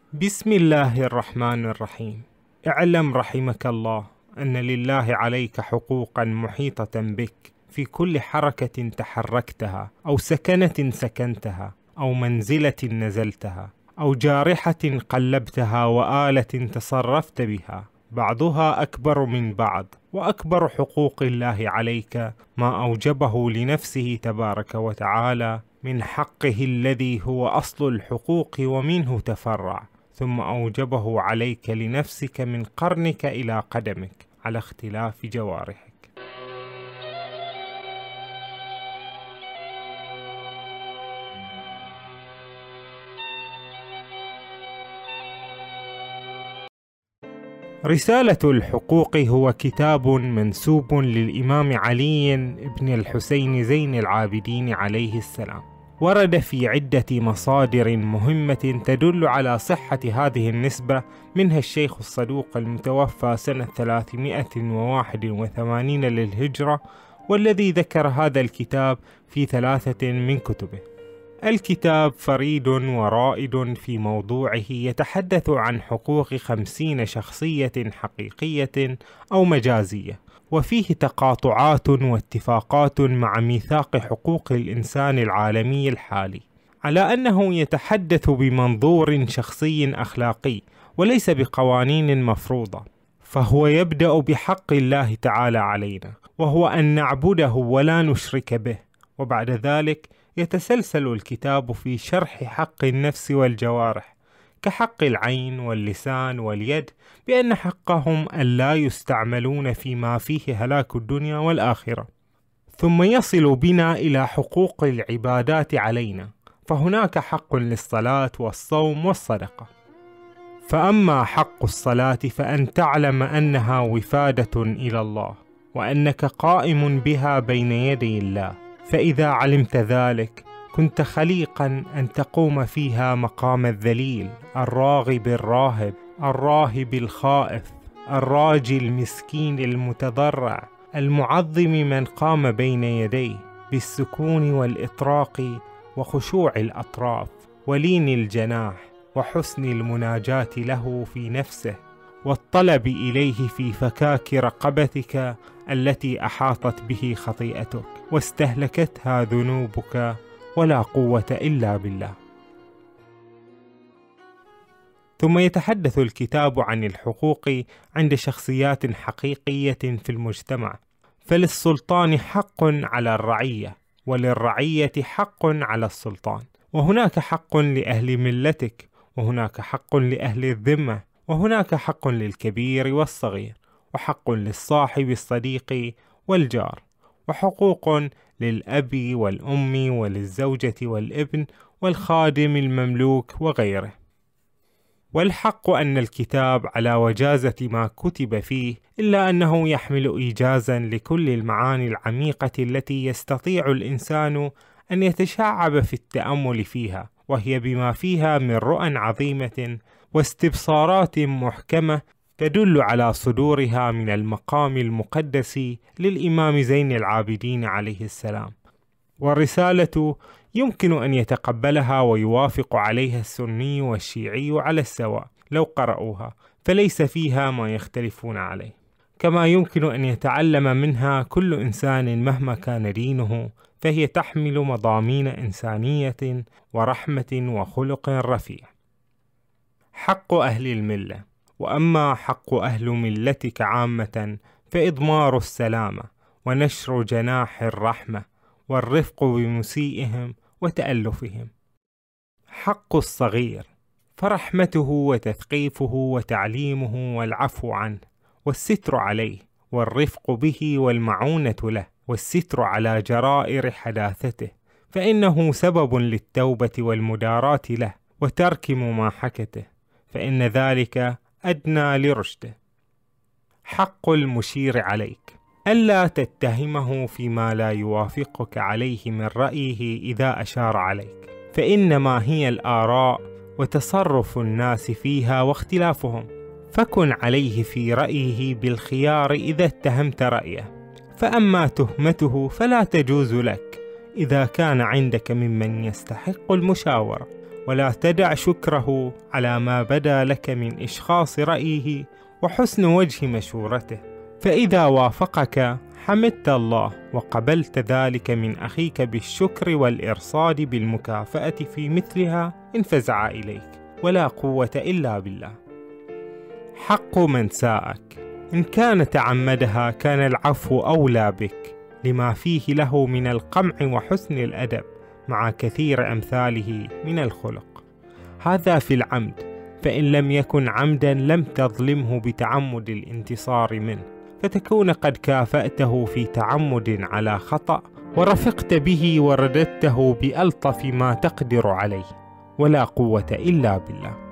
بسم الله الرحمن الرحيم. اعلم رحمك الله أن لله عليك حقوقا محيطة بك في كل حركة تحركتها أو سكنة سكنتها أو منزلة نزلتها أو جارحة قلبتها وآلة تصرفت بها، بعضها أكبر من بعض، وأكبر حقوق الله عليك ما أوجبه لنفسه تبارك وتعالى من حقه الذي هو أصل الحقوق ومنه تفرع، ثم أوجبه عليك لنفسك من قرنك إلى قدمك على اختلاف جوارحك. رسالة الحقوق هو كتاب منسوب للإمام علي بن الحسين زين العابدين عليه السلام، ورد في عدة مصادر مهمة تدل على صحة هذه النسبة، منها الشيخ الصدوق المتوفى سنة 381 للهجرة، والذي ذكر هذا الكتاب في 3 من كتبه. الكتاب فريد ورائد في موضوعه، يتحدث عن حقوق 50 شخصية حقيقية أو مجازية، وفيه تقاطعات واتفاقات مع ميثاق حقوق الإنسان العالمي الحالي، على أنه يتحدث بمنظور شخصي أخلاقي وليس بقوانين مفروضة، فهو يبدأ بحق الله تعالى علينا، وهو أن نعبده ولا نشرك به، وبعد ذلك يتسلسل الكتاب في شرح حق النفس والجوارح كحق العين واللسان واليد، بأن حقهم أن لا يستعملون فيما فيه هلاك الدنيا والآخرة. ثم يصل بنا إلى حقوق العبادات علينا، فهناك حق للصلاة والصوم والصدقة. فأما حق الصلاة فأن تعلم أنها وفادة إلى الله، وأنك قائم بها بين يدي الله، فإذا علمت ذلك كنت خليقا أن تقوم فيها مقام الذليل الراغب الراهب الراهب الخائف الراجي المسكين المتضرع المعظم من قام بين يديه بالسكون والإطراق وخشوع الأطراف ولين الجناح وحسن المناجاة له في نفسه، والطلب إليه في فكاك رقبتك التي أحاطت به خطيئتك واستهلكتها ذنوبك، ولا قوة إلا بالله. ثم يتحدث الكتاب عن الحقوق عند شخصيات حقيقية في المجتمع، فللسلطان حق على الرعية، وللرعية حق على السلطان، وهناك حق لأهل ملتك، وهناك حق لأهل الذمة، وهناك حق للكبير والصغير، وحق للصاحب الصديق والجار، وحقوق للأب والأم وللزوجة والابن والخادم المملوك وغيره. والحق أن الكتاب على وجازة ما كتب فيه، إلا أنه يحمل إيجازا لكل المعاني العميقة التي يستطيع الإنسان أن يتشعب في التأمل فيها، وهي بما فيها من رؤى عظيمة واستبصارات محكمة تدل على صدورها من المقام المقدس للإمام زين العابدين عليه السلام. والرسالة يمكن أن يتقبلها ويوافق عليها السني والشيعي على السواء لو قرأوها، فليس فيها ما يختلفون عليه، كما يمكن أن يتعلم منها كل إنسان مهما كان دينه، فهي تحمل مضامين إنسانية ورحمة وخلق رفيع. حق أهل الملة. وأما حق أهل ملتك عامة فإضمار السلامة ونشر جناح الرحمة والرفق بمسيئهم وتألفهم. حق الصغير فرحمته وتثقيفه وتعليمه والعفو عنه والستر عليه والرفق به والمعونة له والستر على جرائر حداثته، فإنه سبب للتوبة والمداراة له وترك مماحكته، فإن ذلك أدنى لرشده. حق المشير عليك ألا تتهمه فيما لا يوافقك عليه من رأيه إذا أشار عليك، فإنما هي الآراء وتصرف الناس فيها واختلافهم، فكن عليه في رأيه بالخيار إذا اتهمت رأيه، فأما تهمته فلا تجوز لك إذا كان عندك ممن يستحق المشاورة، ولا تدع شكره على ما بدا لك من إشخاص رأيه وحسن وجه مشورته، فإذا وافقك حمدت الله وقبلت ذلك من أخيك بالشكر والإرصاد بالمكافأة في مثلها إن فزع إليك، ولا قوة إلا بالله. حق من ساءك، إن كان تعمدها كان العفو أولى بك لما فيه له من القمع وحسن الأدب مع كثير أمثاله من الخلق. هذا في العمد، فإن لم يكن عمدا لم تظلمه بتعمد الانتصار منه، فتكون قد كافأته في تعمد على خطأ ورفقت به ورددته بألطف ما تقدر عليه، ولا قوة إلا بالله.